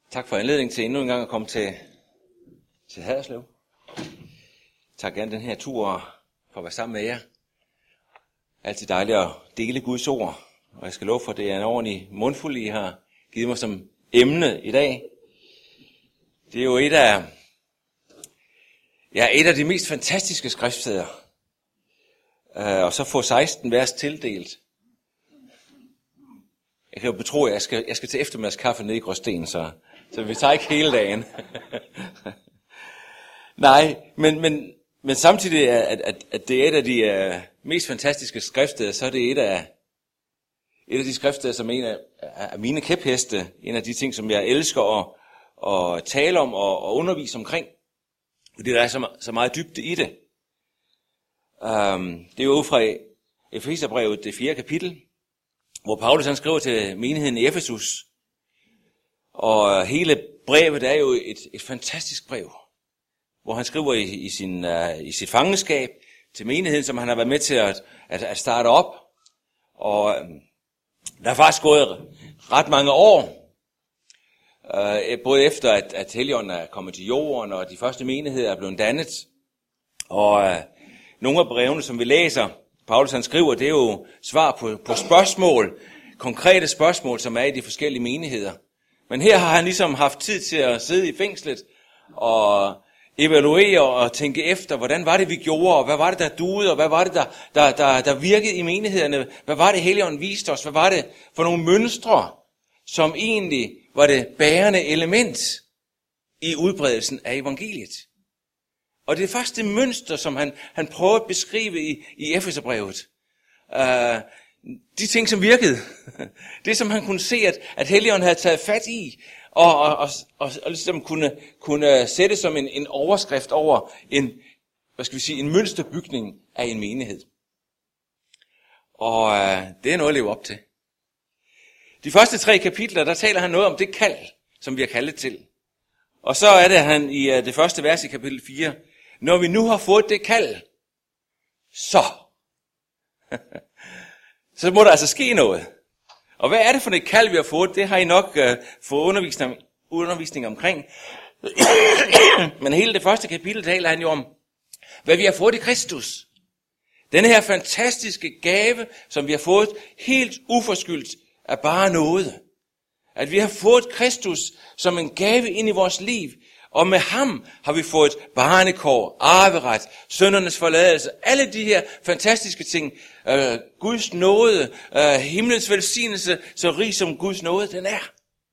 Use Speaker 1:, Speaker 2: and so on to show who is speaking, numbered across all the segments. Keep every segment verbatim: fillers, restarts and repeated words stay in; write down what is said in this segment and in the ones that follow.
Speaker 1: Tak for anledningen til endnu en gang at komme til, til Haderslev. Tak gerne den her tur for at være sammen med jer. Altid dejligt at dele Guds ord. Og jeg skal love for, at det er en ordentlig mundfuld, I har givet mig som emne i dag. Det er jo et af, ja, et af de mest fantastiske skriftsteder. Og så få seksten vers tildelt. Jeg kan jo betro, at jeg skal, jeg skal til eftermiddagskaffe nede i Gråsten, så, så vi tager ikke hele dagen. Nej, men, men, men samtidig, at, at, at det er et af de uh, mest fantastiske skriftsteder, så er det et af, et af de skriftsteder, som er en af, af mine kæpheste, en af de ting, som jeg elsker at, at tale om og, og undervise omkring. Fordi der er så, så meget dybde i det. Um, det er jo fra Efeserbrevet, det fjerde kapitel, hvor Paulus han skriver til menigheden i Efesus. Og hele brevet er jo et, et fantastisk brev, hvor han skriver i, i, sin, uh, i sit fangenskab til menigheden, som han har været med til at, at, at starte op. Og um, der er faktisk gået ret mange år, uh, både efter at, at Helligånden er kommet til jorden, og de første menigheder er blevet dannet. Og uh, nogle af brevene, som vi læser, Paulus han skriver, det er jo svar på, på spørgsmål, konkrete spørgsmål, som er i de forskellige menigheder. Men her har han ligesom haft tid til at sidde i fængslet og evaluere og tænke efter, hvordan var det, vi gjorde, og hvad var det, der duede, og hvad var det, der, der, der, der virkede i menighederne, hvad var det, Helligånden viste os, hvad var det for nogle mønstre, som egentlig var det bærende element i udbredelsen af evangeliet. Og det er faktisk det mønster, som han, han prøver at beskrive i, i Efeserbrevet. Uh, de ting, som virkede. Det, som han kunne se, at, at Helligånden havde taget fat i, og, og, og, og, og ligesom kunne, kunne sætte som en, en overskrift over en, hvad skal vi sige, en mønsterbygning af en menighed. Og uh, det er noget at leve op til. De første tre kapitler, der taler han noget om det kald, som vi har kaldet til. Og så er det han i uh, det første vers i kapitel fire. Når vi nu har fået det kald, så, så må der altså ske noget. Og hvad er det for et kald, vi har fået? Det har I nok uh, fået undervisning, undervisning omkring. Men hele det første kapitel taler han jo om, hvad vi har fået i Kristus. Denne her fantastiske gave, som vi har fået helt uforskyldt, er bare noget. At vi har fået Kristus som en gave ind i vores liv. Og med ham har vi fået barnekår, arveret, syndernes forladelse, alle de her fantastiske ting. Øh, Guds nåde, øh, himlens velsignelse, så rig som Guds nåde den er.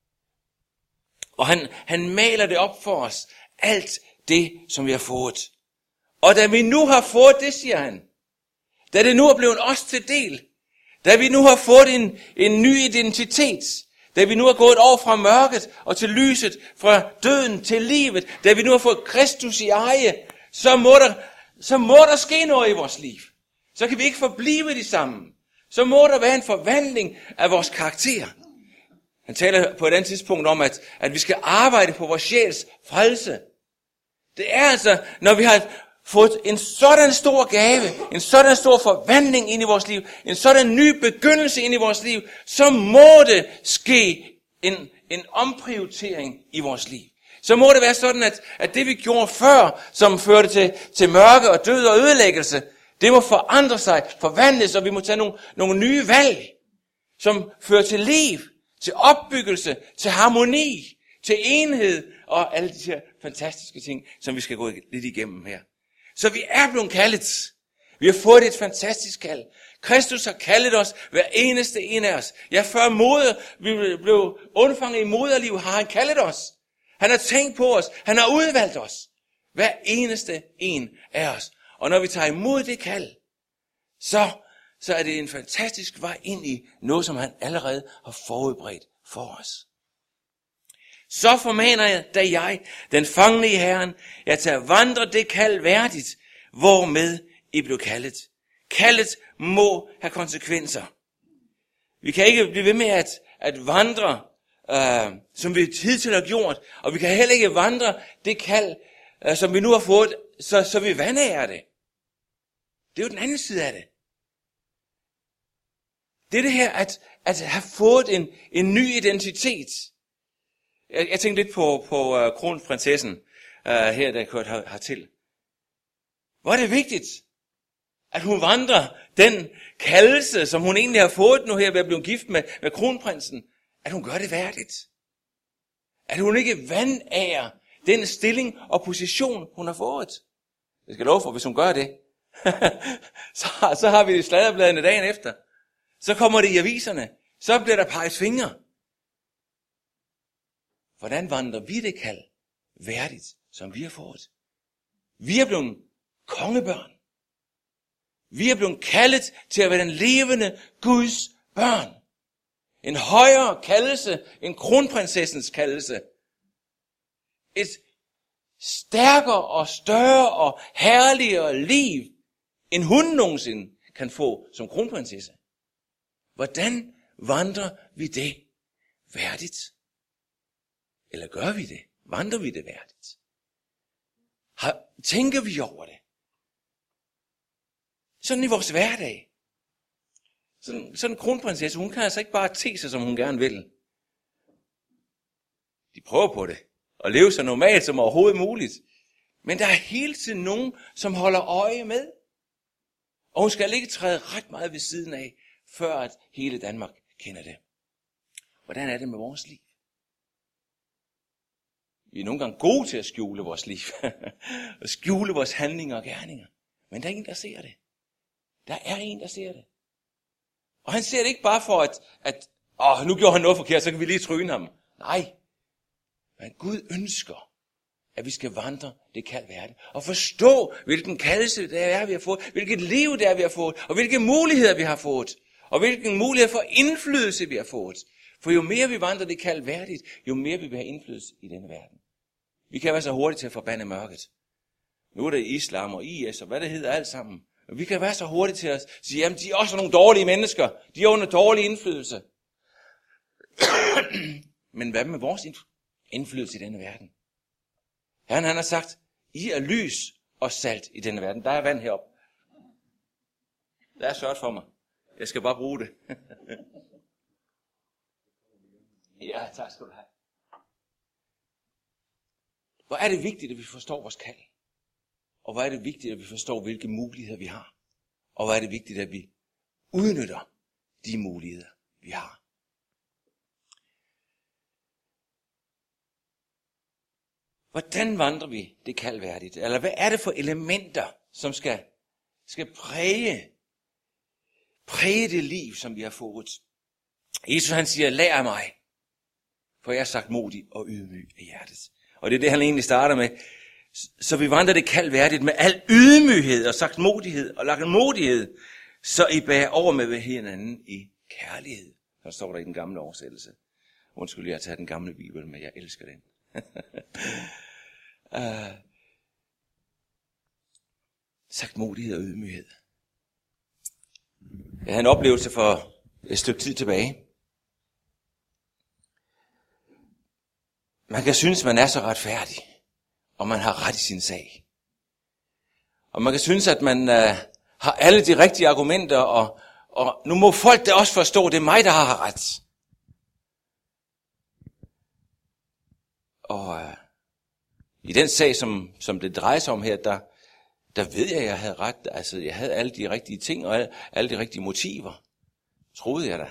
Speaker 1: Og han, han maler det op for os, alt det, som vi har fået. Og da vi nu har fået det, siger han, da det nu er blevet os til del, da vi nu har fået en, en ny identitet, da vi nu er gået over fra mørket og til lyset, fra døden til livet, da vi nu har fået Kristus i eje, så må der, så må der ske noget i vores liv. Så kan vi ikke forblive de samme. Så må der være en forvandling af vores karakter. Han taler på et andet tidspunkt om, at, at vi skal arbejde på vores sjæls frelse. Det er altså, når vi har fået en sådan stor gave, en sådan stor forvandling ind i vores liv, en sådan ny begyndelse ind i vores liv, så må det ske en, en omprioritering i vores liv. Så må det være sådan, at, at det vi gjorde før, som førte til, til mørke og død og ødelæggelse, det må forandre sig, forvandles, og vi må tage nogle, nogle nye valg, som fører til liv, til opbyggelse, til harmoni, til enhed og alle de her fantastiske ting, som vi skal gå lidt igennem her. Så vi er blevet kaldet. Vi har fået et fantastisk kald. Kristus har kaldet os, hver eneste en af os. Ja, før moder, vi blev undfanget i moderliv, har han kaldet os. Han har tænkt på os. Han har udvalgt os. Hver eneste en af os. Og når vi tager imod det kald, så, så er det en fantastisk vej ind i noget, som han allerede har forudbredt for os. Så formaner jeg, da jeg, den fangne i Herren, jeg til at vandre det kald værdigt, hvormed I blev kaldet. Kaldet må have konsekvenser. Vi kan ikke blive ved med at, at vandre, øh, som vi hidtil har gjort, og vi kan heller ikke vandre det kald, øh, som vi nu har fået, så, så vi vandærer det. Det er jo den anden side af det. Det er det her, at, at have fået en, en ny identitet. Jeg, jeg tænkte lidt på, på uh, kronprinsessen uh, her, der jeg kørte her, hertil. Hvor er det vigtigt, at hun vandrer den kaldelse, som hun egentlig har fået nu her ved at blive gift med, med kronprinsen, at hun gør det værdigt. At hun ikke vandærer den stilling og position, hun har fået. Jeg skal love for, hvis hun gør det, så, så har vi sladderbladene dagen efter. Så kommer det i aviserne. Så bliver der peget fingre. Hvordan vandrer vi det kald værdigt, som vi har fået? Vi er blevet kongebørn. Vi er blevet kaldet til at være den levende Guds børn. En højere kaldelse end kronprinsessens kaldelse. Et stærkere og større og herligere liv, end hun nogensinde kan få som kronprinsesse. Hvordan vandrer vi det værdigt? Eller gør vi det? Vandrer vi det værdigt? Har, tænker vi over det? Sådan i vores hverdag. Sådan, sådan en kronprinsesse, hun kan altså ikke bare te sig, som hun gerne vil. De prøver på det. Og leve så normalt som overhovedet muligt. Men der er hele tiden nogen, som holder øje med. Og hun skal ikke træde ret meget ved siden af, før at hele Danmark kender det. Hvordan er det med vores liv? Vi er nogle gange gode til at skjule vores liv. Og skjule vores handlinger og gerninger. Men der er en, der ser det. Der er en, der ser det. Og han ser det ikke bare for, at, at åh, nu gjorde han noget forkert, så kan vi lige tryne ham. Nej. Men Gud ønsker, at vi skal vandre det kald verden. Og forstå, hvilken kaldelse det er, vi har fået. Hvilket liv det er, vi har fået. Og hvilke muligheder vi har fået. Og hvilken mulighed for indflydelse vi har fået. For jo mere vi vandrer det kald værdigt, jo mere vi vil have indflydelse i denne verden. Vi kan være så hurtigt til at forbande mørket. Nu er det islam og I S og hvad det hedder alt sammen. Og vi kan være så hurtigt til at sige, jamen de er også nogle dårlige mennesker. De er under dårlig indflydelse. Men hvad med vores indflydelse i denne verden? Herren han har sagt, I er lys og salt i denne verden. Der er vand heroppe. Der er sørget for mig. Jeg skal bare bruge det. Ja, tak skal du have. Hvor er det vigtigt, at vi forstår vores kald. Og hvor er det vigtigt, at vi forstår, hvilke muligheder vi har. Og hvor er det vigtigt, at vi udnytter de muligheder, vi har. Hvordan vandrer vi det kald værdigt? Eller hvad er det for elementer, som skal, skal præge, præge det liv, som vi har fået? Jesus han siger, lær af mig, for jeg er sagt modig og ydmyg af hjertet. Og det er det, han egentlig starter med. Så vi vandrer det kald værdigt med al ydmyghed og sagt modighed og lagt modighed, så I bærer over med hinanden i kærlighed. Så står der i den gamle oversættelse. Undskyld, jeg har taget den gamle bibel, men jeg elsker den. uh, sagt modighed og ydmyghed. Jeg havde en oplevelse for et stykke tid tilbage. Man kan synes, man er så retfærdig, og man har ret i sin sag. Og man kan synes, at man uh, har alle de rigtige argumenter, og, og nu må folk da også forstå, at det er mig, der har ret. Og uh, i den sag, som, som det drejer sig om her, der, der ved jeg, at jeg havde ret. Altså, jeg havde alle de rigtige ting, og alle, alle de rigtige motiver. Troede jeg da.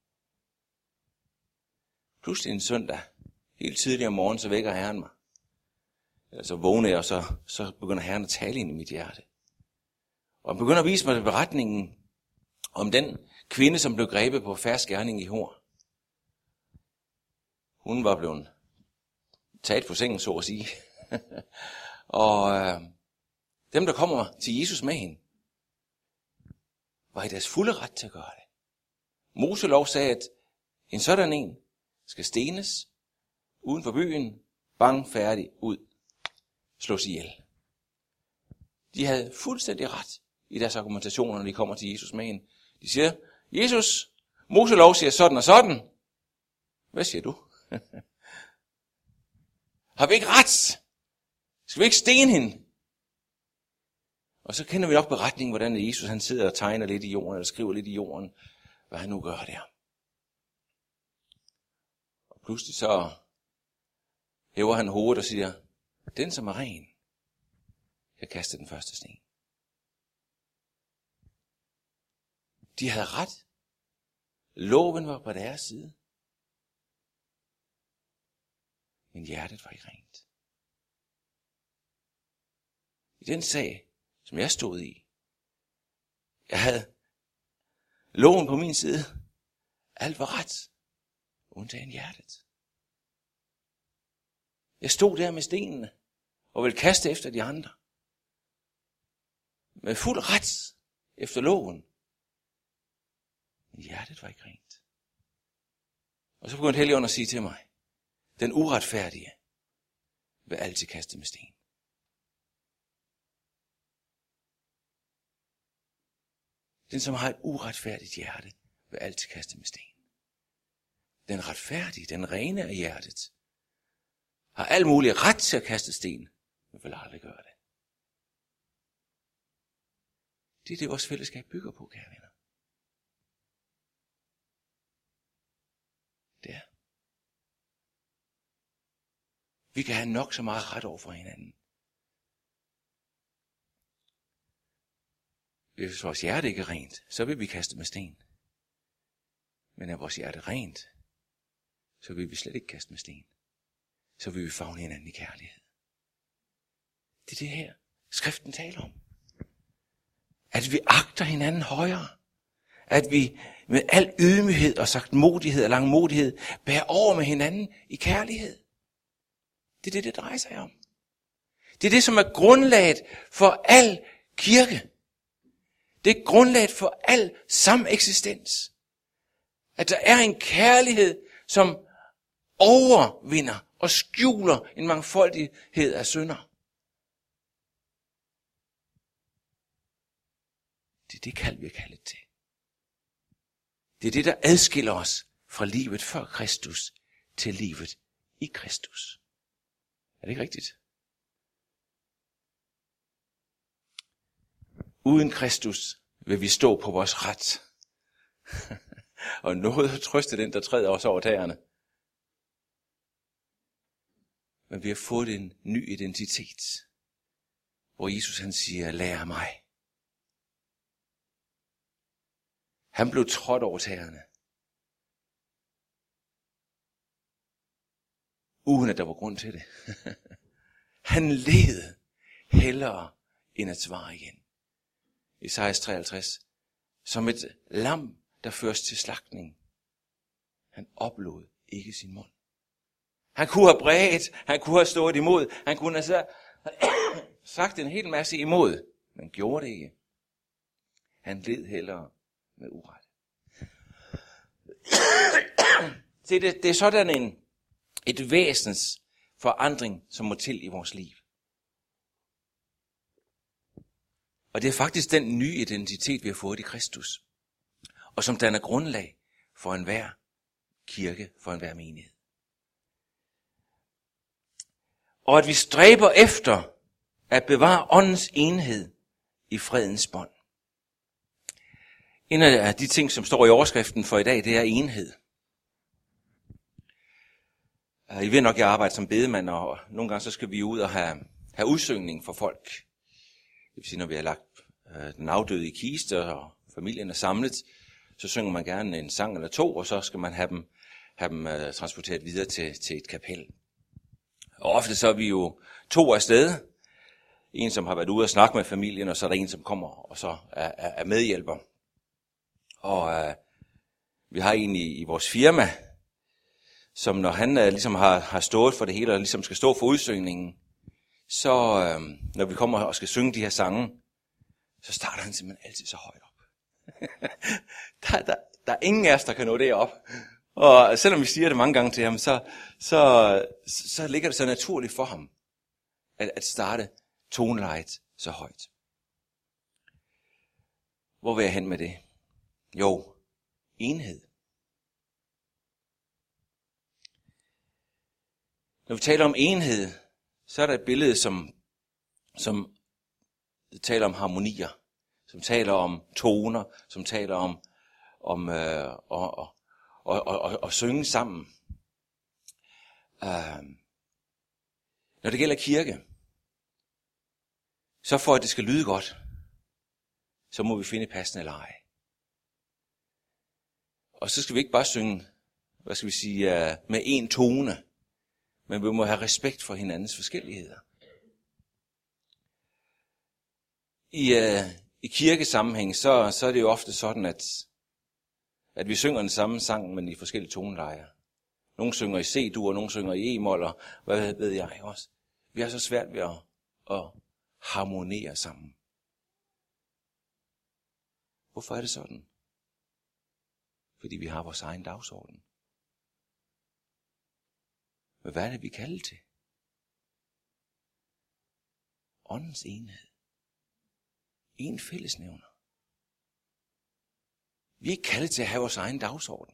Speaker 1: Pludselig en søndag, helt tidlig om morgenen, så vækker Herren mig. Så vågner jeg, og så, så begynder Herren at tale ind i mit hjerte. Og han begynder at vise mig beretningen om den kvinde, som blev grebet på fersk gerning i Hor. Hun var blevet taget på sengen, så at sige. og øh, dem, der kommer til Jesus med hende, var i deres fulde ret til at gøre det. Moselov sagde, at en sådan en skal stenes uden for byen, bang, færdig, ud, slås ihjel. De havde fuldstændig ret i deres argumentationer, når de kommer til Jesus med hende. De siger, Jesus, Moselov siger sådan og sådan. Hvad siger du? Har vi ikke ret? Skal vi ikke stene hende? Og så kender vi nok beretningen, hvordan Jesus han sidder og tegner lidt i jorden, eller skriver lidt i jorden, hvad han nu gør der. Og pludselig så hæver han hovedet og siger, den som er ren, kan kaste den første sten. De havde ret. Loven var på deres side. Men hjertet var ikke rent. I den sag, som jeg stod i, jeg havde loven på min side. Alt var ret, undtagen hjertet. Jeg stod der med stenene og ville kaste efter de andre. Med fuld ret efter loven. Men hjertet var ikke rent. Og så begyndte Helligånden at sige til mig, den uretfærdige vil altid kaste med sten. Den, som har et uretfærdigt hjerte, vil altid kaste med sten. Den retfærdige, den rene af hjertet, har al mulig ret til at kaste sten, men vil aldrig gøre det. Det er det, vores fællesskab bygger på, kære venner. Det er. Vi kan have nok så meget ret over for hinanden. Hvis vores hjerte ikke er rent, så vil vi kaste med sten. Men er vores hjerte rent, så vil vi slet ikke kaste med sten. Så vil vi favne hinanden i kærlighed. Det er det her, skriften taler om. At vi agter hinanden højere. At vi med al ydmyghed og sagtmodighed og langmodighed bærer over med hinanden i kærlighed. Det er det, det drejer sig om. Det er det, som er grundlaget for al kirke. Det er grundlaget for al sameksistens. At der er en kærlighed, som overvinder og skjuler en mangfoldighed af synder. Det er det kald, vi er kaldet til. Det er det, der adskiller os fra livet før Kristus til livet i Kristus. Er det ikke rigtigt? Uden Kristus vil vi stå på vores ret. Og noget at trøste den, der træder os over tæerne. Men vi har fået en ny identitet. Hvor Jesus han siger, lær mig. Han blev trådt over tæerne. Uden at der var grund til det. Han led hellere end at svare igen. Esajas treoghalvtreds. Som et lam, der føres til slagtning. Han oplod ikke sin mund. Han kunne have bredt, han kunne have stået imod, han kunne have sagt en hel masse imod, men gjorde det ikke. Han led hellere med uret. Se, det, det er sådan en, et væsens forandring, som må til i vores liv. Og det er faktisk den nye identitet, vi har fået i Kristus. Og som danner grundlag for enhver kirke, for enhver menighed. Og at vi stræber efter at bevare åndens enhed i fredens bånd. En af de ting, som står i overskriften for i dag, det er enhed. I ved nok, at jeg arbejder som bedemand, og nogle gange så skal vi ud og have, have udsøgning for folk. Det vil sige, når vi har lagt øh, den afdøde i kiste, og familien er samlet, så synger man gerne en sang eller to, og så skal man have dem, have dem øh, transporteret videre til, til et kapel. Og ofte så er vi jo to afsted. En, som har været ude og snakke med familien, og så er der en, som kommer og så er, er, er medhjælper. Og øh, vi har en i, i vores firma, som når han øh, ligesom har, har stået for det hele, og ligesom skal stå for udsøgningen, så øh, når vi kommer og skal synge de her sange, så starter han simpelthen altid så højt op. der, der, der er ingen af os, der kan nå det op. Og selvom vi siger det mange gange til ham, så, så, så ligger det så naturligt for ham, at, at starte tonelejet så højt. Hvor vil jeg hen med det? Jo, enhed. Når vi taler om enhed, så er der et billede, som, som taler om harmonier, som taler om toner, som taler om, om øh, og, og, og, og, og synge sammen. Øh, Når det gælder kirke, så for at det skal lyde godt, så må vi finde passende leje. Og så skal vi ikke bare synge, hvad skal vi sige, med én tone, men vi må have respekt for hinandens forskelligheder. I, uh, i kirkesammenhæng, så, så er det jo ofte sådan, at, at vi synger den samme sang, men i forskellige tonelejer. Nogle synger i C-dur, nogle synger i E-mol, og hvad ved jeg også. Vi har så svært ved at, at harmonere sammen. Hvorfor er det sådan? Fordi vi har vores egen dagsorden. Men hvad er det, vi kalder til? Åndens enhed. En fællesnævner. Vi er ikke kaldet til at have vores egen dagsorden.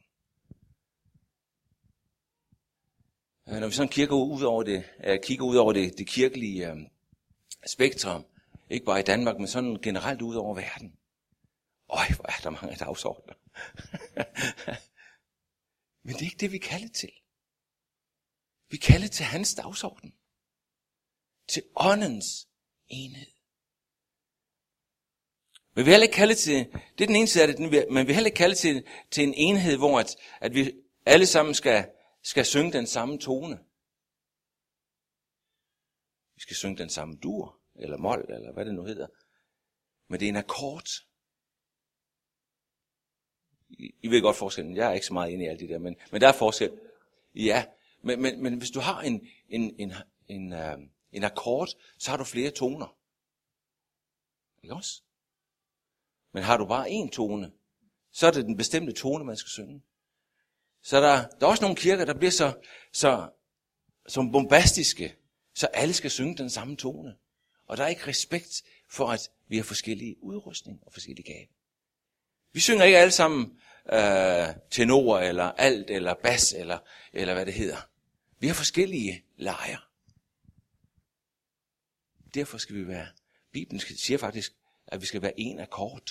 Speaker 1: Når vi sådan kigger ud over det, kigger ud over det, det kirkelige um, spektrum, ikke bare i Danmark, men sådan generelt ud over verden. Øj, hvor er der mange dagsordner. Men det er ikke det, vi kalder til. Vi kalder til hans dagsorden. Til åndens enhed. Men vi heller ikke kalde til, det er den ene side af det, men vi heller ikke kalde til, til en enhed, hvor at, at vi alle sammen skal, skal synge den samme tone. Vi skal synge den samme dur, eller mol, eller hvad det nu hedder. Men det er en akkord. I, I ved godt forskellen. Jeg er ikke så meget inde i alt det der, men, men der er forskel. Ja, men, men, men hvis du har en, en, en, en, uh, en akkord, så har du flere toner. Ikke også? Men har du bare én tone, så er det den bestemte tone, man skal synge. Så der, der er også nogle kirker, der bliver så, så som bombastiske, så alle skal synge den samme tone. Og der er ikke respekt for, at vi har forskellige udrustning og forskellige gaver. Vi synger ikke alle sammen øh, tenor, eller alt, eller bas, eller, eller hvad det hedder. Vi har forskellige lejer. Derfor skal vi være, Bibelen siger faktisk, at vi skal være en akkord.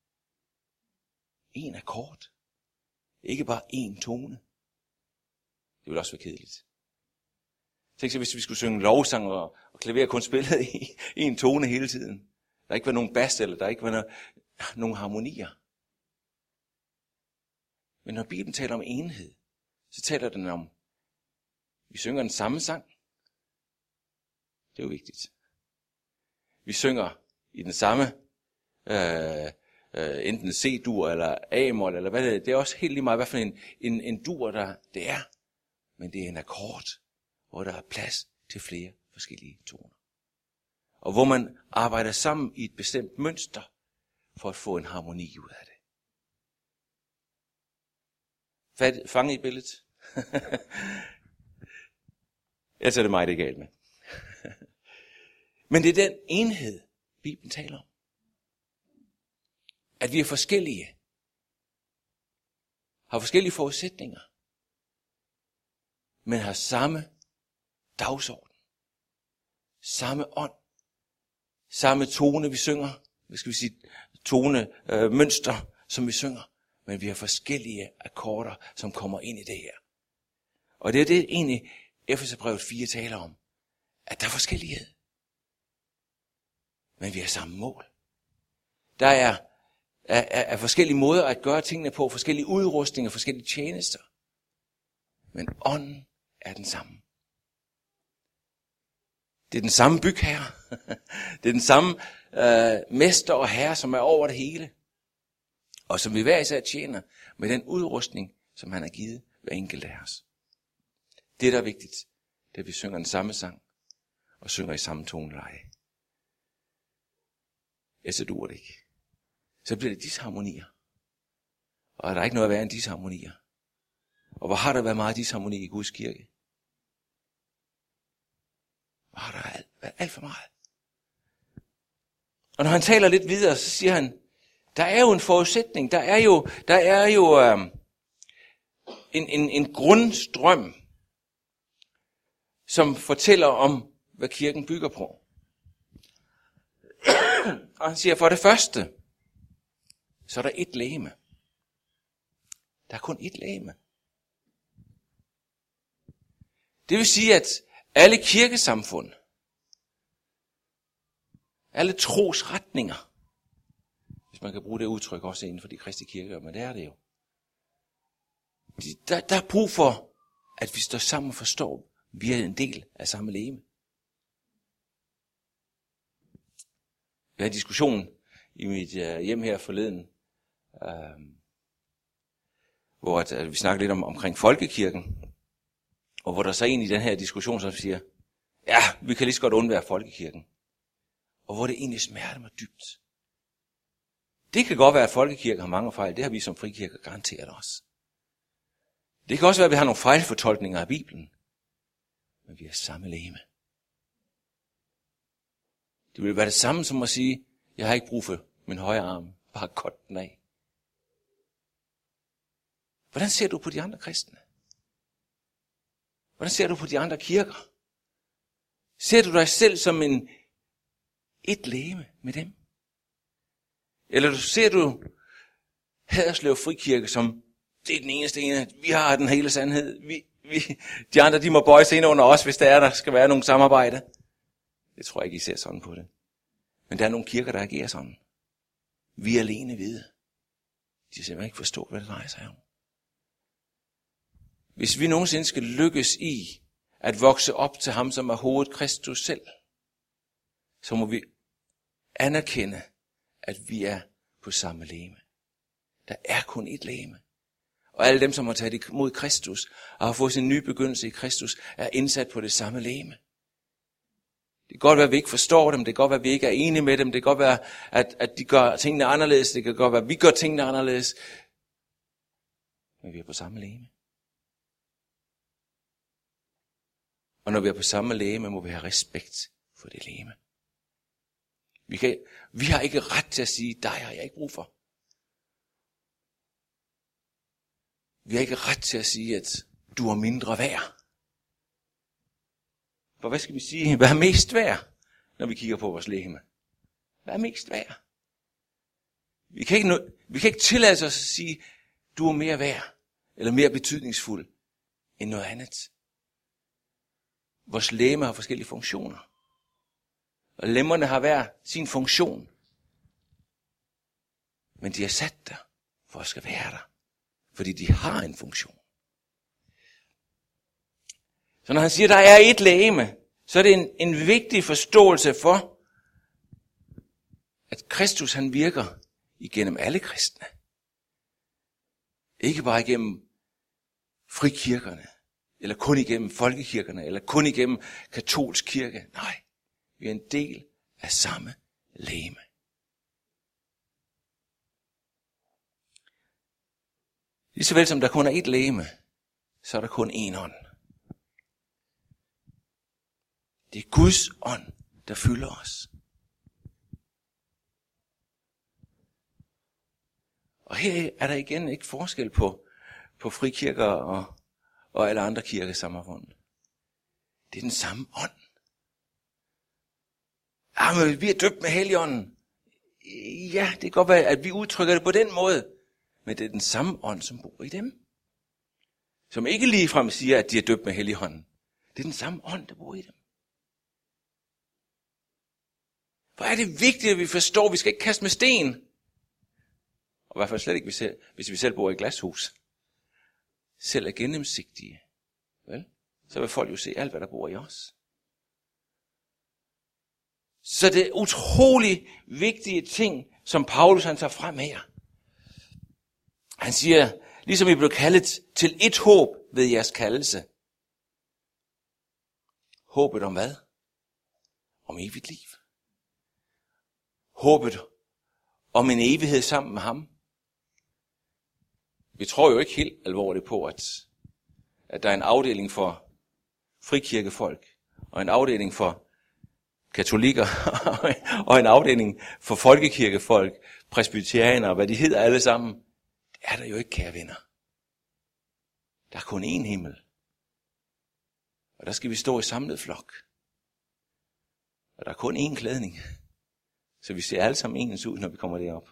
Speaker 1: En akkord. Ikke bare én tone. Det ville også være kedeligt. Tænk så, hvis vi skulle synge lovsang og, og klaver kun spillet i, i en tone hele tiden. Der ikke var nogen bas, eller der ikke var noget, nogen harmonier. Men når Bibelen taler om enhed, så taler den om, vi synger den samme sang. Det er jo vigtigt. Vi synger i den samme, øh, øh, enten C-dur eller A-mol, eller hvad det er. Det er også helt lige meget, hvad for en, en, en dur, der det er. Men det er en akkord, hvor der er plads til flere forskellige toner. Og hvor man arbejder sammen i et bestemt mønster, for at få en harmoni ud af det. Fat, fange i billedet? Ellers er det mig, det er galt med. Men det er den enhed, Bibelen taler om. At vi er forskellige. Har forskellige forudsætninger. Men har samme dagsorden. Samme ånd. Samme tone, vi synger. Hvad skal vi sige? Tone, øh, mønster, som vi synger. Men vi har forskellige akkorder, som kommer ind i det her. Og det er det egentlig, Efeserbrevet fire taler om. At der er forskellighed. Men vi har samme mål. Der er, er, er forskellige måder at gøre tingene på, forskellige udrustninger, forskellige tjenester. Men ånden er den samme. Det er den samme bygherre. Det er den samme øh, mester og herre, som er over det hele. Og som vi hver især tjener med den udrustning, som han har givet hver enkelt af os. Det, der er vigtigt, det er, at vi synger den samme sang og synger i samme toneleje. Ellers så duer det ikke. Så bliver det disharmonier. Og er der ikke noget at være end disharmonier. Og hvor har der været meget disharmoni i Guds kirke? Hvor har der alt, været alt for meget? Og når han taler lidt videre, så siger han, der er jo en forudsætning, der er jo, der er jo øh, en, en, en grundstrøm, som fortæller om, hvad kirken bygger på. Og han siger, for det første, så er der et legeme. Der er kun et legeme. Det vil sige, at, alle kirkesamfund, alle trosretninger, hvis man kan bruge det udtryk også inden for de kristne kirker, men det er det jo. Der, der er brug for, at vi står sammen og forstår, at vi er en del af samme legeme. Vi havde en diskussion i mit uh, hjem her forleden, uh, hvor at, at vi snakkede lidt om omkring folkekirken, og hvor der så en i den her diskussion, som siger, ja, vi kan lige så godt undvære folkekirken. Og hvor det egentlig smerter mig dybt. Det kan godt være, at folkekirken har mange fejl. Det har vi som frikirker garanteret os. Det kan også være, at vi har nogle fejlfortolkninger af Bibelen. Men vi er samme legeme. Det vil være det samme som at sige, jeg har ikke brug for min højre arm. Bare godt den af. Hvordan ser du på de andre kristne? Hvordan ser du på de andre kirker? Ser du dig selv som en et legeme med dem? Eller ser du Haderslev Frikirke som, det er den eneste ene, vi har den hele sandhed. Vi, vi, de andre, de må bøje sig ind under os, hvis der er, der skal være nogle samarbejde. Det tror jeg ikke, I ser sådan på det. Men der er nogle kirker, der agerer sådan. Vi er alene vide. De har simpelthen ikke forstået, hvad det drejer sig om. Hvis vi nogensinde skal lykkes i at vokse op til ham, som er hovedet Kristus selv, så må vi anerkende, at vi er på samme legeme. Der er kun et legeme. Og alle dem, som har taget imod Kristus og har fået sin nye begyndelse i Kristus, er indsat på det samme legeme. Det kan godt være, at vi ikke forstår dem. Det kan godt være, at vi ikke er enige med dem. Det kan godt være, at, at de gør tingene anderledes. Det kan godt være, at vi gør tingene anderledes. Men vi er på samme legeme. Og når vi er på samme legeme, må vi have respekt for det legeme. Vi, kan, vi har ikke ret til at sige, dig har jeg ikke brug for. Vi har ikke ret til at sige, at du er mindre værd. For hvad skal vi sige? Hvad er mest værd, når vi kigger på vores legeme? Hvad er mest værd? Vi kan ikke, vi kan ikke tillade os at sige, du er mere værd, eller mere betydningsfuld end noget andet. Vores legeme har forskellige funktioner. Og lemmerne har hver sin funktion. Men de er sat der, for at skal være der. Fordi de har en funktion. Så når han siger, der er et legeme, så er det en, en vigtig forståelse for, at Kristus han virker igennem alle kristne. Ikke bare igennem frikirkerne, eller kun igennem folkekirkerne, eller kun igennem katolsk kirke. Nej, vi er en del af samme legeme. Lige så vel som der kun er et legeme, så er der kun én ånd. Det er Guds ånd, der fylder os. Og her er der igen ikke forskel på, på frikirker og, og alle andre kirkesamfund. Det er den samme ånd. Ja, men vi er døbt med Helligånden. Ja, det kan godt være, at vi udtrykker det på den måde. Men det er den samme ånd, som bor i dem. Som ikke ligefrem siger, at de er døbt med Helligånden. Det er den samme ånd, der bor i dem. Hvor er det vigtigt, at vi forstår, at vi skal ikke kaste med sten. Og i hvert fald slet ikke, hvis, jeg, hvis vi selv bor i et glashus. Selv er gennemsigtige. Vel? Så vil folk jo se alt, hvad der bor i os. Så det er utrolig vigtige ting, som Paulus han tager frem her. Han siger, ligesom I blev kaldet til et håb ved jeres kaldelse. Håbet om hvad? Om evigt liv. Håbet om en evighed sammen med ham. Vi tror jo ikke helt alvorligt på, at, at der er en afdeling for frikirkefolk, og en afdeling for katolikker, og en afdeling for folkekirkefolk, presbyterianere, hvad de hedder alle sammen. Det er der jo ikke, kære venner. Der er kun én himmel. Og der skal vi stå i samlet flok. Og der er kun én klædning. Så vi ser alle sammen ens ud, når vi kommer derop.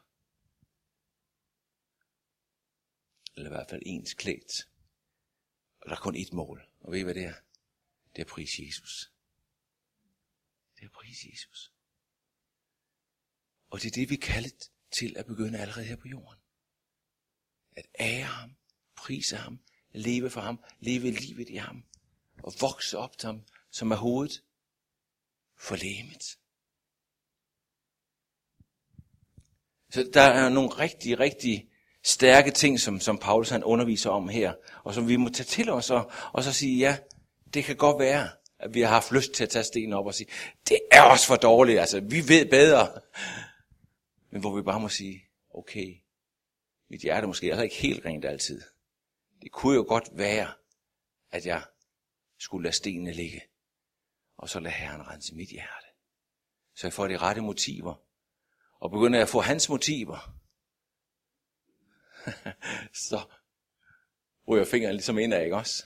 Speaker 1: Eller i hvert fald ens klædt. Og der er kun ét mål. Og ved I hvad det er? det er at prise Jesus. Det er at prise Jesus. Og det er det, vi er kaldet til at begynde allerede her på jorden. At ære ham, prise ham, leve for ham, leve livet i ham, og vokse op til ham, som er hovedet for legemet. Så der er nogle rigtig, rigtig stærke ting, som, som Paulus han underviser om her, og som vi må tage til os og, og så sige, ja, det kan godt være, at vi har haft lyst til at tage stenen op og sige, det er også for dårligt, altså vi ved bedre. Men hvor vi bare må sige, okay, mit hjerte måske er ikke helt rent altid. Det kunne jo godt være, at jeg skulle lade stenene ligge, og så lade Herren rense mit hjerte. Så jeg får de rette motiver, og begynder at få hans motiver, så ryger fingeren ligesom indad, ikke også?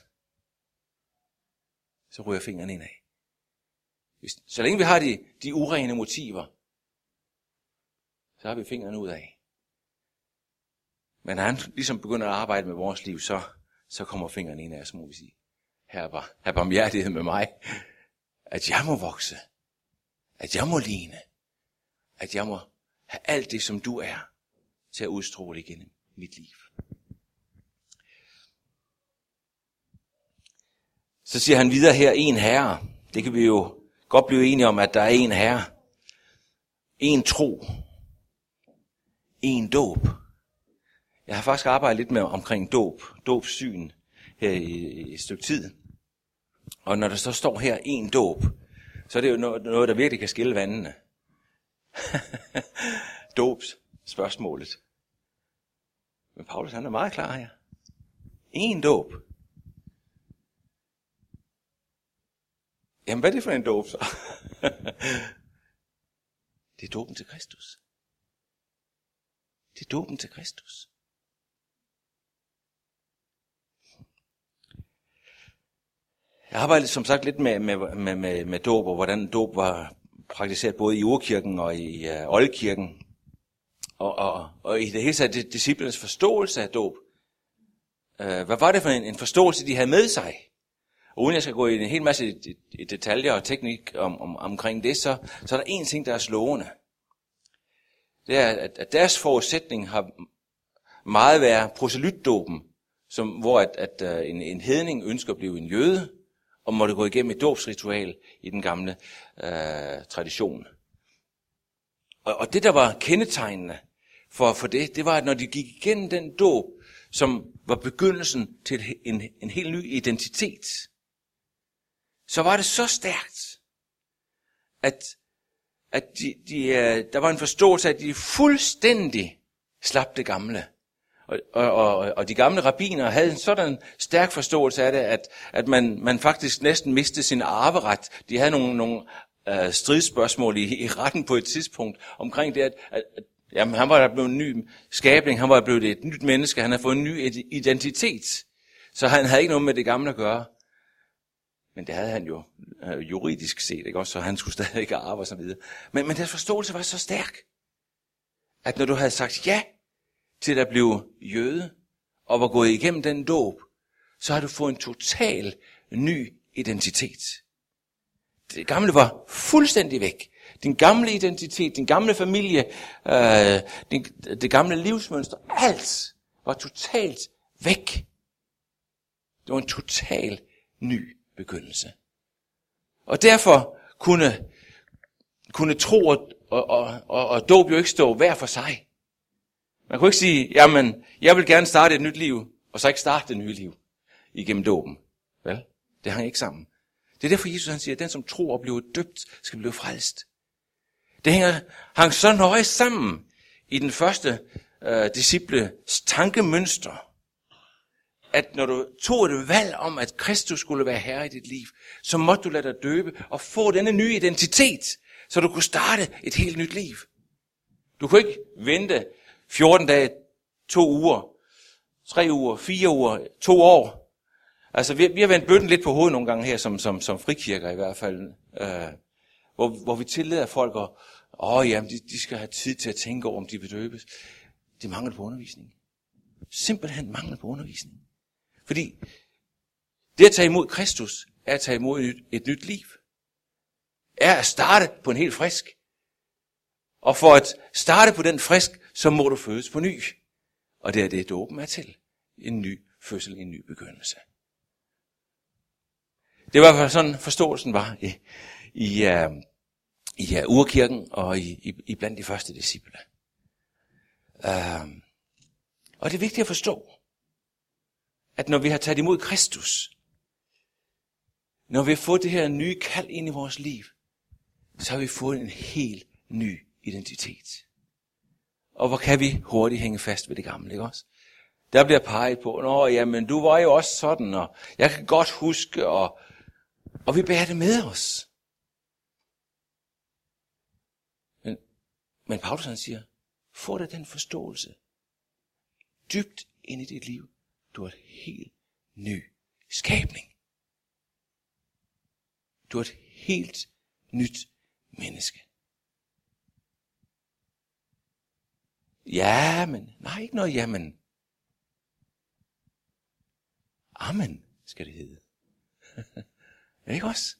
Speaker 1: Så ryger fingeren indad. Hvis, så længe vi har de, de urene motiver, så har vi fingeren ud af. Men når han ligesom begynder at arbejde med vores liv, så, så kommer fingeren indad, så må vi sige, her var, her barmhjertighed med mig, at jeg må vokse, at jeg må ligne, at jeg må have alt det, som du er, til at udstråle igennem mit liv. Så siger han videre her, en herre. Det kan vi jo godt blive enige om, at der er en herre. En tro. En dåb. Jeg har faktisk arbejdet lidt med omkring dåb, dåbssyn her i, i et stykke tid. Og når der så står her en dåb, så er det jo noget, noget der virkelig kan skille vandene. Dåbs spørgsmålet. Men Paulus han er meget klar her. En dåb. Jamen hvad er det for en dåb så? Det er dåben til Kristus. Det er dåben til Kristus. Jeg arbejdede som sagt lidt med, med, med, med, med dåb, og hvordan dåb var praktiseret både i urkirken og i uh, oldkirken. Og, og, og i det hele taget disciplernes forståelse af dåb. Uh, hvad var det for en, en forståelse, de havde med sig? Og uden jeg skal gå i en hel masse i, i detaljer og teknik om, om, omkring det, så, så er der en ting, der er slående. Det er, at, at deres forudsætning har meget været proselytdåben, som, hvor at, at, uh, en, en hedning ønsker at blive en jøde, og måtte gå igennem et dåbsritual i den gamle uh, tradition. Og, og det, der var kendetegnende for, for det, det var, at når de gik igennem den dåb, som var begyndelsen til en, en helt ny identitet, så var det så stærkt, at, at de, de, der var en forståelse af, at de fuldstændig slap det gamle. Og, og, og, og de gamle rabbiner havde en sådan stærk forståelse af det, at, at man, man faktisk næsten mistede sin arveret. De havde nogle, nogle uh, stridsspørgsmål i, i retten på et tidspunkt omkring det, at, at, at jamen, han var der blevet en ny skabning, han var blevet et nyt menneske, han havde fået en ny identitet. Så han havde ikke noget med det gamle at gøre. Men det havde han jo uh, juridisk set, ikke også? Så han skulle stadig ikke arve og så videre. Men, men deres forståelse var så stærk, at når du havde sagt ja til at blive jøde, og var gået igennem den dåb, så har du fået en total ny identitet. Det gamle var fuldstændig væk. Din gamle identitet, din gamle familie, øh, din, det gamle livsmønster, alt var totalt væk. Det var en total ny begyndelse. Og derfor kunne, kunne tro og, og, og, og dåb jo ikke stå hver for sig. Man kunne ikke sige, jamen, jeg vil gerne starte et nyt liv, og så ikke starte det nye liv igennem dåben. Vel? Det hang ikke sammen. Det er derfor Jesus han siger, at den som tror og bliver døbt, skal blive frelst. Det hænger, hang så nøje sammen i den første øh, disciples tankemønster, at når du tog et valg om, at Kristus skulle være herre i dit liv, så måtte du lade dig døbe og få denne nye identitet, så du kunne starte et helt nyt liv. Du kunne ikke vente fjorten dage, to uger, tre uger, fire uger, to år. Altså, vi, vi har vendt bøtten lidt på hovedet nogle gange her, som, som, som frikirker i hvert fald, øh, hvor, hvor vi tillader folk, og åh, jamen, de, de skal have tid til at tænke over, om de vil døbes. Det mangler på undervisning. Simpelthen mangler på undervisning. Fordi det at tage imod Kristus er at tage imod et nyt, et nyt liv. Er at starte på en helt frisk. Og for at starte på den frisk, så må du fødes på ny. Og det er det, dåben er til. En ny fødsel, en ny begyndelse. Det var i hvert fald sådan forståelsen var i, i, uh, i uh, urkirken og i, i, i blandt de første disciple. Uh, og det er vigtigt at forstå, at når vi har taget imod Kristus, når vi har fået det her nye kald ind i vores liv, så har vi fået en helt ny identitet. Og hvor kan vi hurtigt hænge fast ved det gamle, ikke også? Der bliver peget på, nå, jamen, du var jo også sådan, og jeg kan godt huske, og, og vi bærer det med os. Men, men Paulus han siger, få da den forståelse dybt ind i dit liv. Du er et helt ny skabning. Du er et helt nyt menneske. Jamen, nej, ikke noget jamen. Amen, skal det hedde. Ikke også?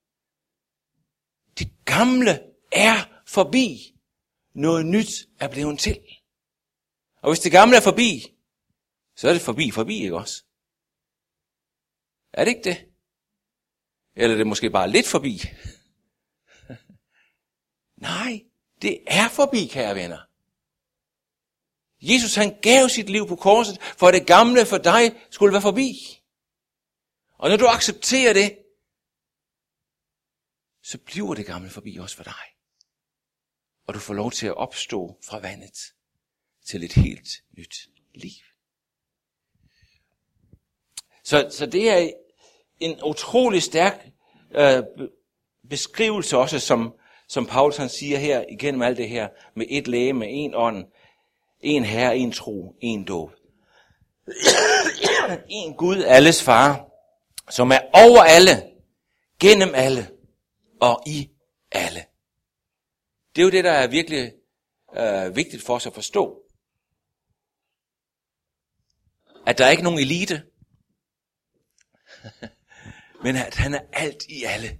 Speaker 1: Det gamle er forbi. Noget nyt er blevet til. Og hvis det gamle er forbi, så er det forbi, forbi, ikke også? Er det ikke det? Eller er det måske bare lidt forbi? Nej, det er forbi, kære venner. Jesus han gav sit liv på korset, for at det gamle for dig skulle være forbi. Og når du accepterer det, så bliver det gamle forbi også for dig. Og du får lov til at opstå fra vandet til et helt nyt liv. Så, så det er en utrolig stærk øh, beskrivelse også, som, som Paulus han siger her igennem alt det her, med et legeme, med en ånd, en herre, en tro, en dåb. En Gud, alles far, som er over alle, gennem alle og i alle. Det er jo det, der er virkelig øh, vigtigt for os at forstå. At der er ikke nogen elite, men at han er alt i alle.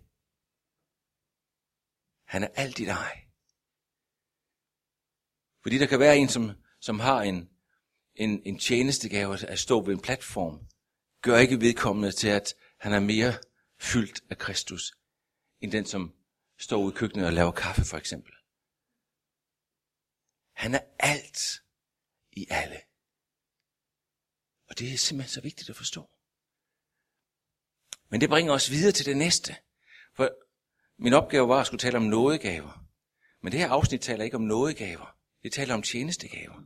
Speaker 1: Han er alt i dig. Fordi der kan være en, som, som har en, en, en tjenestegave at stå ved en platform, gør ikke vedkommende til, at han er mere fyldt af Kristus, end den, som står ude i køkkenet og laver kaffe, for eksempel. Han er alt i alle. Og det er simpelthen så vigtigt at forstå. Men det bringer os videre til det næste. For min opgave var at skulle tale om nådegaver. Men det her afsnit taler ikke om nådegaver. Det taler om tjenestegaver.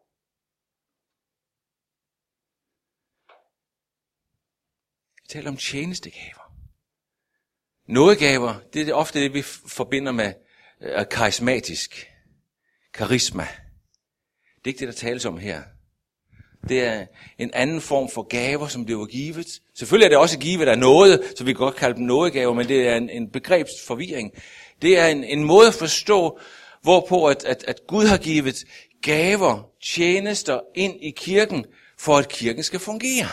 Speaker 1: Det taler om tjenestegaver. Nådegaver, det er ofte det, vi forbinder med uh, karismatisk. Karisma. Det er ikke det, der tales om her. Det er en anden form for gaver, som bliver givet. Selvfølgelig er det også givet af noget, så vi kan godt kalde dem nådegaver, men det er en, en begrebsforvirring. Det er en, en måde at forstå, hvorpå at, at, at Gud har givet gaver, tjenester ind i kirken, for at kirken skal fungere.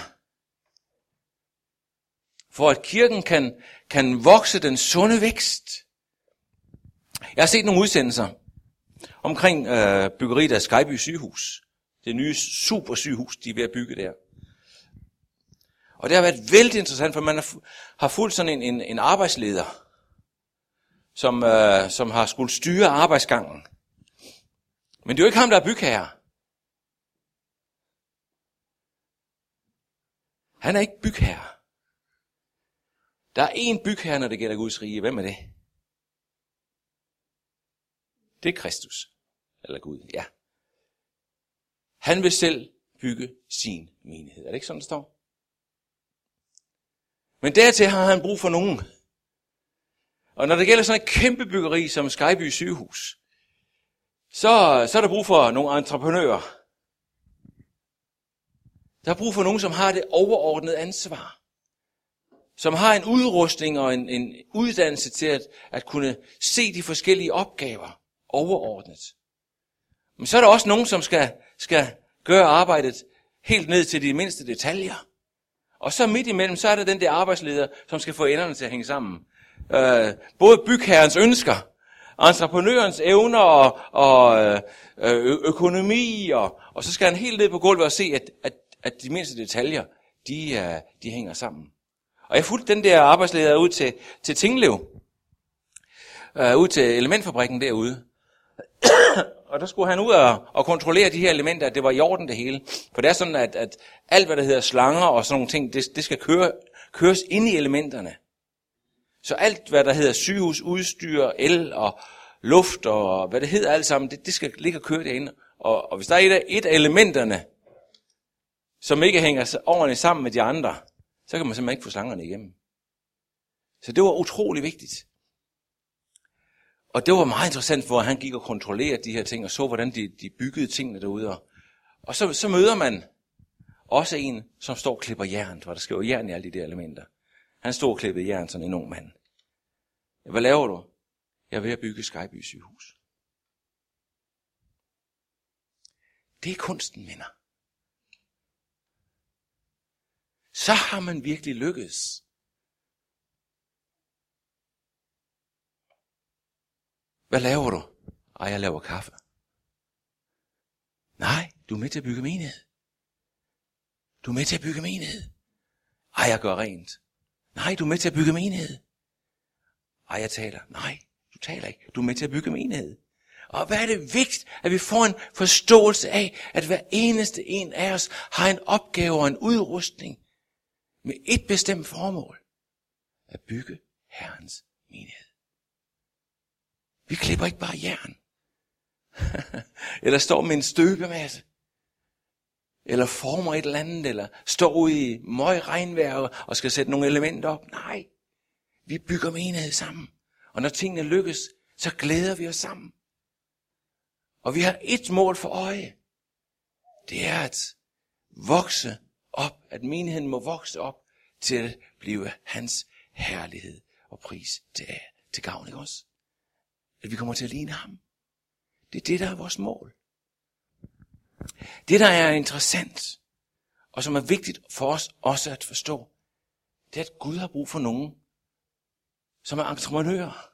Speaker 1: For at kirken kan, kan vokse den sunde vækst. Jeg har set nogle udsendelser omkring øh, byggeriet af Skyby sygehus. Det nye super sygehus, de er ved at bygge der. Og det har været vældig interessant, for man har fulgt sådan en, en, en arbejdsleder, som, øh, som har skulle styre arbejdsgangen. Men det er jo ikke ham, der er bygherre. Han er ikke bygherre. Der er én bygherre, når det gælder Guds rige. Hvem er det? Det er Kristus. Eller Gud, ja. Han vil selv bygge sin menighed. Er det ikke sådan, det står? Men dertil har han brug for nogen. Og når det gælder sådan et kæmpe byggeri som Skyby sygehus, så, så er der brug for nogle entreprenører. Der er brug for nogen, som har det overordnede ansvar. Som har en udrustning og en, en uddannelse til at, at kunne se de forskellige opgaver overordnet. Men så er der også nogen, som skal, skal gøre arbejdet helt ned til de mindste detaljer. Og så midt imellem, så er der den der arbejdsleder, som skal få enderne til at hænge sammen. Øh, både bygherrens ønsker, entreprenørens evner og, og øh, økonomi, og, og så skal han helt ned på gulvet og se, at, at, at de mindste detaljer, de, de hænger sammen. Og jeg fulgte den der arbejdsleder ud til, til Tinglev, øh, ud til elementfabrikken derude. Og der skulle han ud og, og kontrollere de her elementer, at det var i orden det hele. For det er sådan, at, at alt hvad der hedder slanger og sådan nogle ting, det, det skal køre, køres ind i elementerne. Så alt hvad der hedder sygehusudstyr, el og luft og hvad det hedder alt sammen, det, det skal ligge og køre derinde. Og, og hvis der er et af, et af elementerne, som ikke hænger ordentligt sammen med de andre, så kan man simpelthen ikke få slangerne igennem. Så det var utrolig vigtigt. Og det var meget interessant, hvor han gik og kontrollerede de her ting, og så, hvordan de, de byggede tingene derude. Og så, så møder man også en, som står og klipper jern, for der skal jo jern i alle de der elementer. Han stod og klippede jern, sådan en ung mand. Hvad laver du? Jeg er ved at bygge Skyby sygehus. Det er kunsten, venner. Så har man virkelig lykkedes. Hvad laver du? Ej, jeg laver kaffe. Nej, du er med til at bygge menighed. Du er med til at bygge menighed. Ej, jeg gør rent. Nej, du er med til at bygge menighed. Ej, jeg taler. Nej, du taler ikke. Du er med til at bygge menighed. Og hvad er det vigtigt, at vi får en forståelse af, at hver eneste en af os har en opgave og en udrustning med et bestemt formål. At bygge Herrens menighed. Vi klipper ikke bare jern. Eller står med en støbemasse. Eller former et eller andet. Eller står ude i møg regnvejr og skal sætte nogle elementer op. Nej. Vi bygger menighed sammen. Og når tingene lykkes, så glæder vi os sammen. Og vi har et mål for øje. Det er at vokse op. At menigheden må vokse op til at blive hans herlighed og pris til, til gavn, ikke også? At vi kommer til at ligne ham. Det er det, der er vores mål. Det, der er interessant, og som er vigtigt for os også at forstå, det er, at Gud har brug for nogen, som er entreprenører.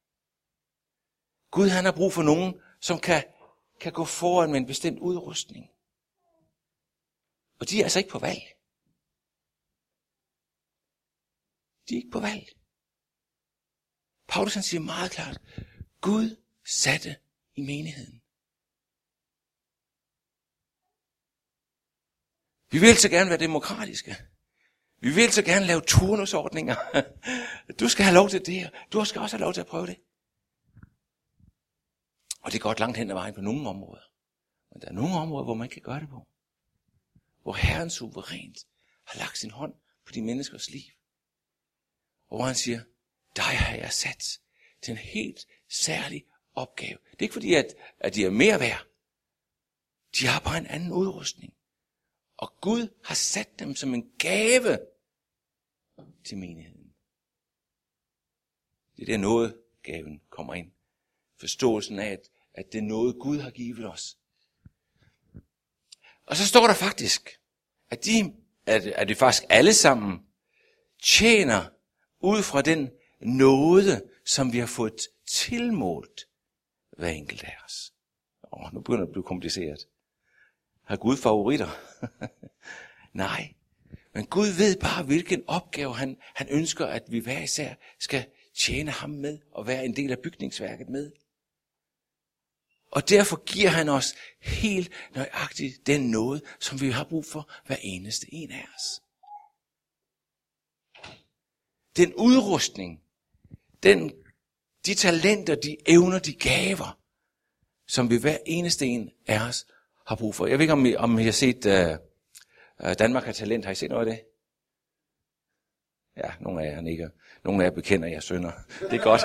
Speaker 1: Gud, han har brug for nogen, som kan, kan gå foran med en bestemt udrustning. Og de er altså ikke på valg. De er ikke på valg. Paulus han siger meget klart, Gud satte i menigheden. Vi vil så gerne være demokratiske. Vi vil så gerne lave turnusordninger. Du skal have lov til det, du skal også have lov til at prøve det. Og det er godt langt hen ad vejen på nogle områder. Men der er nogle områder, hvor man kan gøre det på. Hvor Herren suverænt har lagt sin hånd på de menneskers liv. Og hvor han siger, dig har jeg sat til en helt særlig opgave. Det er ikke fordi, at, at de er mere værd. De har bare en anden udrustning. Og Gud har sat dem som en gave til menigheden. Det er der noget gaven kommer ind. Forståelsen af, at, at det er noget Gud har givet os. Og så står der faktisk, at de, at, at de faktisk alle sammen tjener ud fra den nåde, som vi har fået tilmålt hver enkelt af os. Åh, nu begynder det at blive kompliceret. Har Gud favoritter? Nej. Men Gud ved bare, hvilken opgave han, han ønsker, at vi hver især skal tjene ham med og være en del af bygningsværket med. Og derfor giver han os helt nøjagtigt den nåde, som vi har brug for hver eneste en af os. Den udrustning, den, de talenter, de evner, de gaver, som vi hver eneste en af os har brug for. Jeg ved ikke, om I, om I har set uh, Danmark har talent. Har I set noget af det? Ja, nogle af jer nikker. Nogle af jer bekender jer sønner. Det er godt.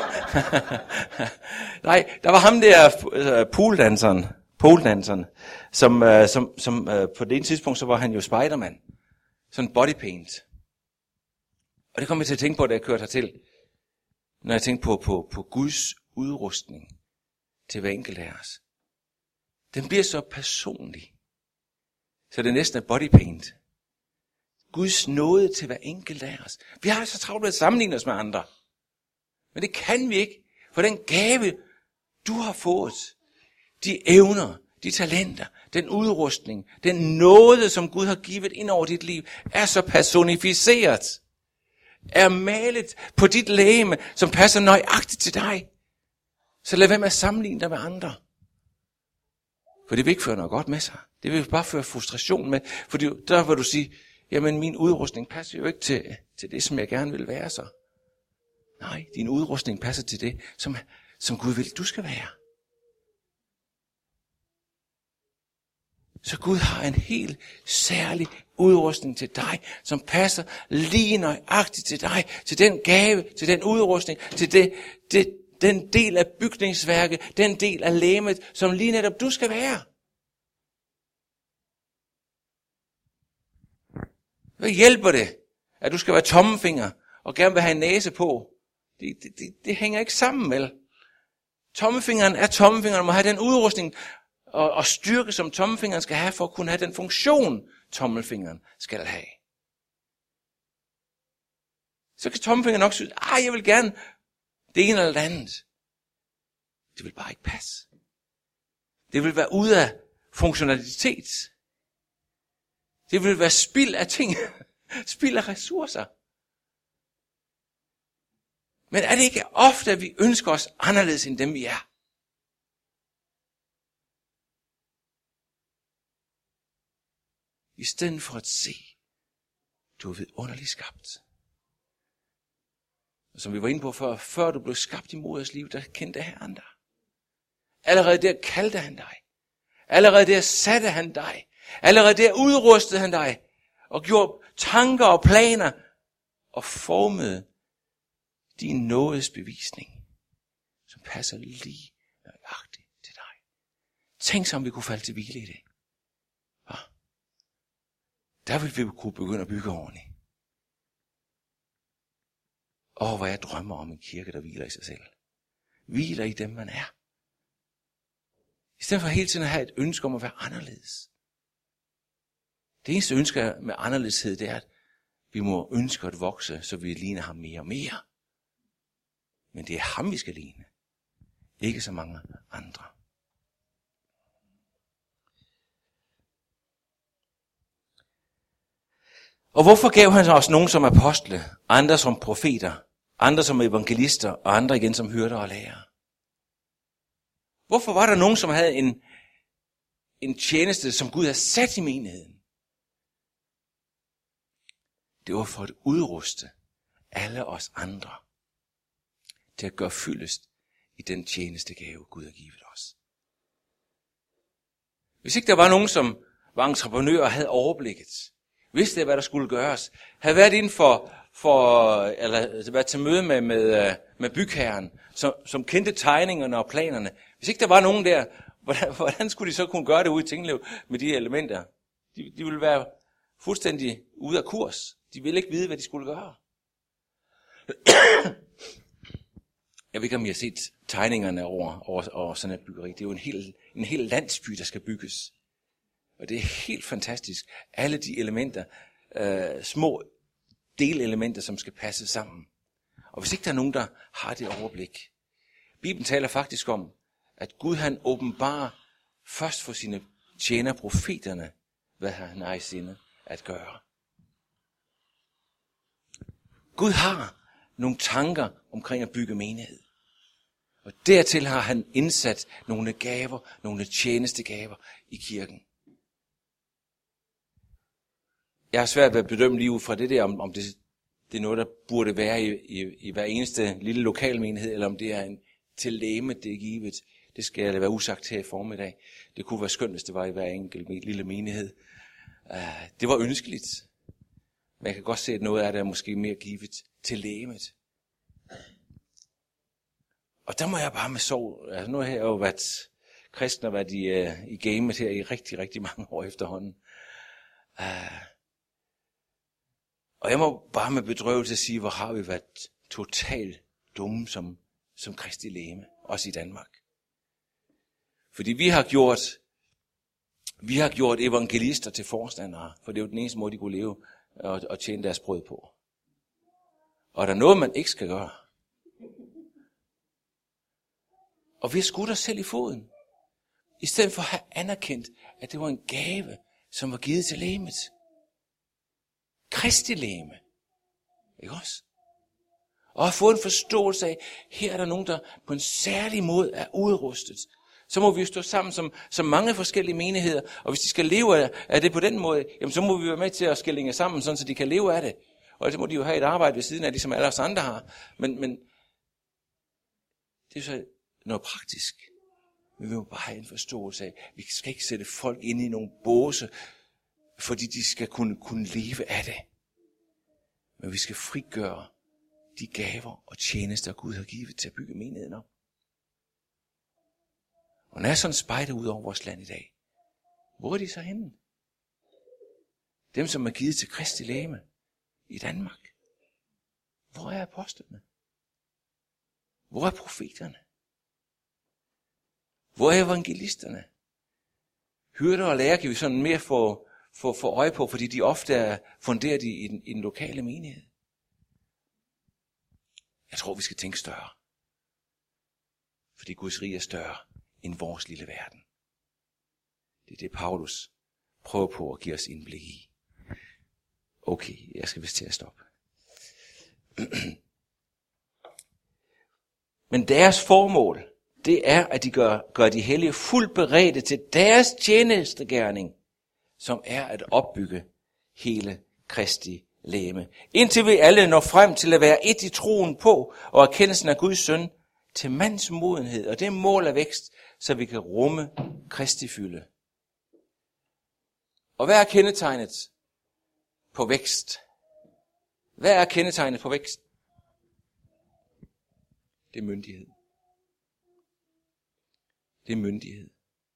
Speaker 1: Nej, der var ham der uh, pooldanseren, pooldanseren, som, uh, som, som uh, på det ene tidspunkt, så var han jo Spiderman. Sådan bodypaint. Og det kom jeg til at tænke på, da jeg kørte hertil. Når jeg tænkte på, på, på Guds udrustning til hver enkelt af os. Den bliver så personlig, så det næsten er bodypaint. Guds nåde til hver enkelt af os. Vi har så travlt med at sammenligne os med andre. Men det kan vi ikke, for den gave, du har fået, de evner, de talenter, den udrustning, den nåde, som Gud har givet ind over dit liv, er så personificeret, er malet på dit legeme, som passer nøjagtigt til dig. Så lad være med at sammenligne dig med andre. For det vil ikke føre noget godt med sig. Det vil bare føre frustration med. For der vil du sige, jamen min udrustning passer jo ikke til, til det, som jeg gerne vil være så. Nej, din udrustning passer til det, som, som Gud vil, du skal være. Så Gud har en helt særlig udrustning til dig, som passer lige nøjagtigt til dig, til den gave, til den udrustning, til det, det, den del af bygningsværket, den del af legemet, som lige netop du skal være. Hvad hjælper det, at du skal være tommelfinger og gerne vil have en næse på? Det, det, det, det hænger ikke sammen, vel? Tommelfingeren er tommelfingeren, må have den udrustning og, og styrke, som tommelfingeren skal have, for at kunne have den funktion, tommelfingeren skal have. Så kan tommelfingeren nok sige, ej, jeg vil gerne det ene eller det andet. Det vil bare ikke passe. Det vil være ude af funktionalitet. Det vil være spild af ting. Spild af ressourcer. Men er det ikke ofte, at vi ønsker os anderledes end dem, vi er? I stedet for at se, du er vidunderligt skabt. Og som vi var inde på før, før du blev skabt i moders liv, der kendte Herren dig. Allerede der kaldte han dig. Allerede der satte han dig. Allerede der udrustede han dig. Og gjorde tanker og planer. Og formede din nådesbevisning, som passer lige nøjagtigt til dig. Tænk så, om vi kunne falde til hvile i det. Ja. Der ville vi kunne begynde at bygge ordentligt. Åh, hvor jeg drømmer om en kirke, der hviler i sig selv. Hviler i dem, man er. I stedet for hele tiden at have et ønske om at være anderledes. Det eneste ønske med anderledeshed, det er, at vi må ønske at vokse, så vi ligner ham mere og mere. Men det er ham, vi skal ligne. Ikke så mange andre. Og hvorfor gav han os nogen som apostle, andre som profeter, andre som evangelister, og andre igen som hyrder og lærere? Hvorfor var der nogen, som havde en, en tjeneste, som Gud havde sat i menigheden? Det var for at udruste alle os andre til at gøre fyldest i den tjenestegave, Gud har givet os. Hvis ikke der var nogen, som var entreprenører og havde overblikket, vidste hvad der skulle gøres, havde været inden for, for eller været til møde med, med, med bygherren, som, som kendte tegningerne og planerne. Hvis ikke der var nogen der, hvordan, hvordan skulle de så kunne gøre det ude i Tinglev med de elementer? De, de ville være fuldstændig ude af kurs. De ville ikke vide, hvad de skulle gøre. Jeg ved ikke, om I har set tegningerne over, over, over sådan et byggeri. Det er jo en hel, en hel landsby, der skal bygges. Og det er helt fantastisk. Alle de elementer, øh, små delelementer, som skal passe sammen. Og hvis ikke der er nogen, der har det overblik. Bibelen taler faktisk om, at Gud han åbenbarer først for sine tjener profeterne, hvad han har i sinde at gøre. Gud har nogle tanker omkring at bygge menighed. Og dertil har han indsat nogle gaver, nogle tjenestegaver i kirken. Jeg har svært ved at bedømme lige ud fra det der, om, om det, det er noget, der burde være i, i, i hver eneste lille lokalmenighed, eller om det er en til lægemet, det er givet. Det skal jeg lade være usagt her i formiddag. Det kunne være skønt, hvis det var i hver enkelt lille menighed. Uh, det var ønskeligt. Men jeg kan godt se, at noget af det er måske mere givet til lægemet. Og der må jeg bare med sorg. Altså nu har jeg jo været kristen og været i, uh, i gamet her i rigtig, rigtig mange år efterhånden. Uh, og jeg må bare med bedrøvelse sige, hvor har vi været totalt dumme som, som Kristi legeme, også i Danmark. Fordi vi har gjort, vi har gjort evangelister til forstandere, for det er jo den eneste måde, de kunne leve og, og tjene deres brød på. Og der er noget, man ikke skal gøre. Og vi har skudt os selv i foden. I stedet for at have anerkendt, at det var en gave, som var givet til legemet. Kristi legeme. Ikke også? Og at få en forståelse af, her er der nogen, der på en særlig måde er udrustet. Så må vi jo stå sammen som, som mange forskellige menigheder, og hvis de skal leve af, af det på den måde, jamen så må vi være med til at skillinge sammen, sådan så de kan leve af det. Og så må de jo have et arbejde ved siden af det, som alle os andre har. Men, men det er så noget praktisk. Men vi må bare have en forståelse af, vi skal ikke sætte folk ind i nogle båse, fordi de skal kunne, kunne leve af det. Men vi skal frigøre de gaver og tjenester, Gud har givet til at bygge menigheden op. Og når jeg sådan spejder ud over vores land i dag, hvor er de så henne? Dem, som er givet til Kristi legeme i Danmark. Hvor er apostlene? Hvor er profeterne? Hvor er evangelisterne? Hyrder og lærer kan vi sådan mere få, få, få øje på, fordi de ofte er funderet i, i, den, i den lokale menighed. Jeg tror, vi skal tænke større. Fordi Guds rige er større end vores lille verden. Det er det, Paulus prøver på at give os indblik i. Okay, jeg skal vist til at stoppe. Men deres formål, det er, at de gør, gør de hellige fuldt beredte til deres tjenestegærning, som er at opbygge hele Kristi legeme. Indtil vi alle når frem til at være et i troen på og erkendelsen af Guds søn til mands modenhed, og det mål af vækst, så vi kan rumme Kristi fylde. Og hvad er kendetegnet på vækst? Hvad er kendetegnet på vækst? Det er myndighed. Det er myndighed.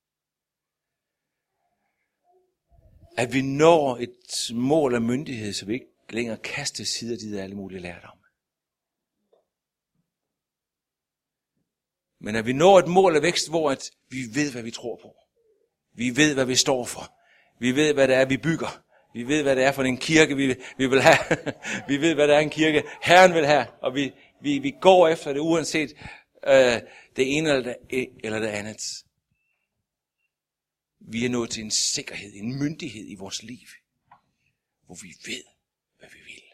Speaker 1: At vi når et mål af myndighed, så vi ikke længere kaster sider dit af alle mulige lærdomme. Men at vi når et mål af vækst, hvor at vi ved, hvad vi tror på. Vi ved, hvad vi står for. Vi ved, hvad det er, vi bygger. Vi ved, hvad det er for en kirke, vi, vi vil have. Vi ved, hvad det er, en kirke Herren vil have. Og vi, vi, vi går efter det, uanset øh, det ene eller det, eller det andet. Vi er nået til en sikkerhed, en myndighed i vores liv, hvor vi ved, hvad vi vil.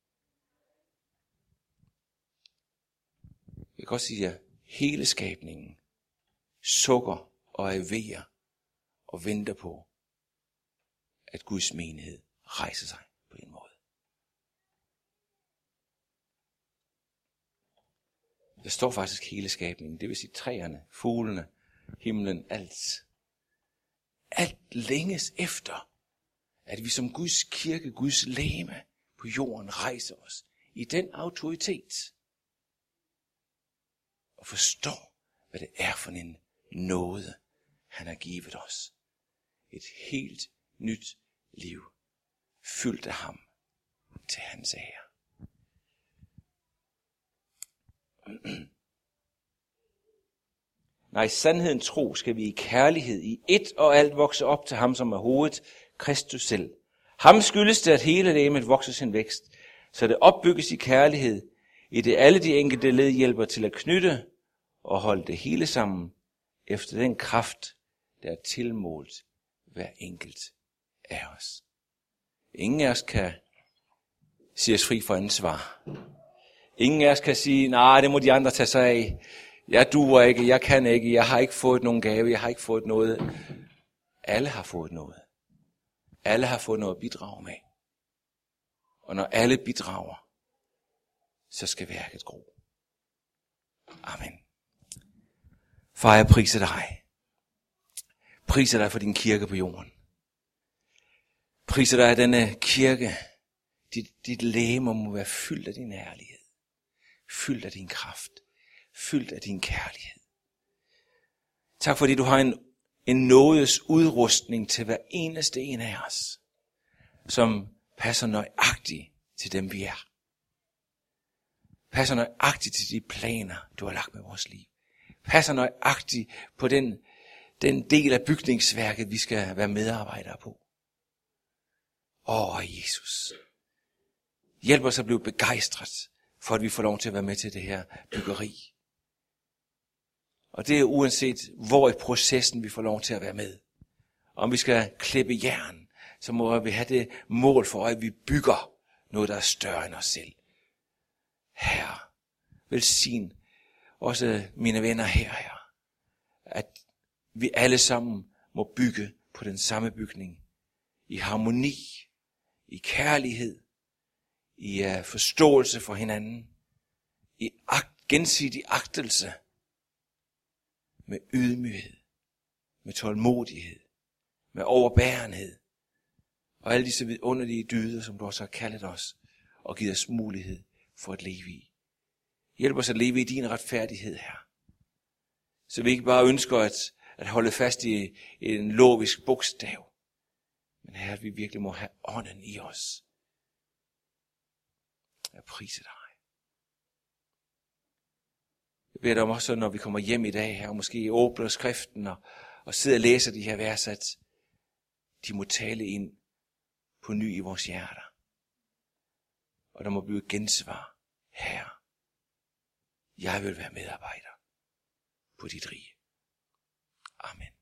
Speaker 1: Jeg kan også sige, at hele skabningen sukker og er ved og venter på, at Guds menighed rejser sig på en måde. Der står faktisk hele skabningen, det vil sige træerne, fuglene, himlen, alt. Alt længes efter, at vi som Guds kirke, Guds legeme på jorden rejser os i den autoritet og forstår, hvad det er for en nåde, han har givet os. Et helt nyt liv, fyldt af ham til hans ære. Nej, sandheden tro skal vi i kærlighed i et og alt vokse op til ham, som er hovedet, Kristus selv. Ham skyldes det, at hele legemet vokser sin vækst, så det opbygges i kærlighed, i det alle de enkelte led hjælper til at knytte og holde det hele sammen, efter den kraft, der er tilmålt hver enkelt af os. Ingen af os kan sige os fri for ansvar. Ingen af os kan sige, nej, det må de andre tage sig af. Jeg duer ikke, jeg kan ikke, jeg har ikke fået nogen gave, jeg har ikke fået noget. Alle har fået noget. Alle har fået noget at bidrage med. Og når alle bidrager, så skal værket gro. Amen. Far, jeg priser dig. Priser dig for din kirke på jorden. Priser dig, at denne kirke, dit, dit legeme må være fyldt af din ærlighed. Fyldt af din kraft. Fyldt af din kærlighed. Tak fordi du har en, en nådes udrustning til hver eneste en af os, som passer nøjagtigt til dem vi er. Passer nøjagtigt til de planer, du har lagt med vores liv. Passer nøjagtigt på den, den del af bygningsværket, vi skal være medarbejdere på. Åh, Jesus, Hjælp os at blive begejstret for, at vi får lov til at være med til det her byggeri. Og det er uanset, hvor i processen vi får lov til at være med. Om vi skal klippe jern, så må vi have det mål for, at vi bygger noget, der er større end os selv. Herre, velsign også mine venner her, Herre, at vi alle sammen må bygge på den samme bygning. I harmoni, i kærlighed, i uh, forståelse for hinanden, i agt, gensidig agtelse, med ydmyghed, med tålmodighed, med overbærenhed, og alle disse vidunderlige dyder, som du også har kaldet os, og givet os mulighed for at leve i. Hjælp os at leve i din retfærdighed, her. Så vi ikke bare ønsker at, at holde fast i en logisk bogstav, men her at vi virkelig må have ånden i os. Jeg priser dig. Jeg beder dig om også, når vi kommer hjem i dag her, og måske åbner skriften og, og sidder og læser de her vers, at de må tale ind på ny i vores hjerter. Og der må blive gensvar. Herre, jeg vil være medarbejder på dit rige. Amen.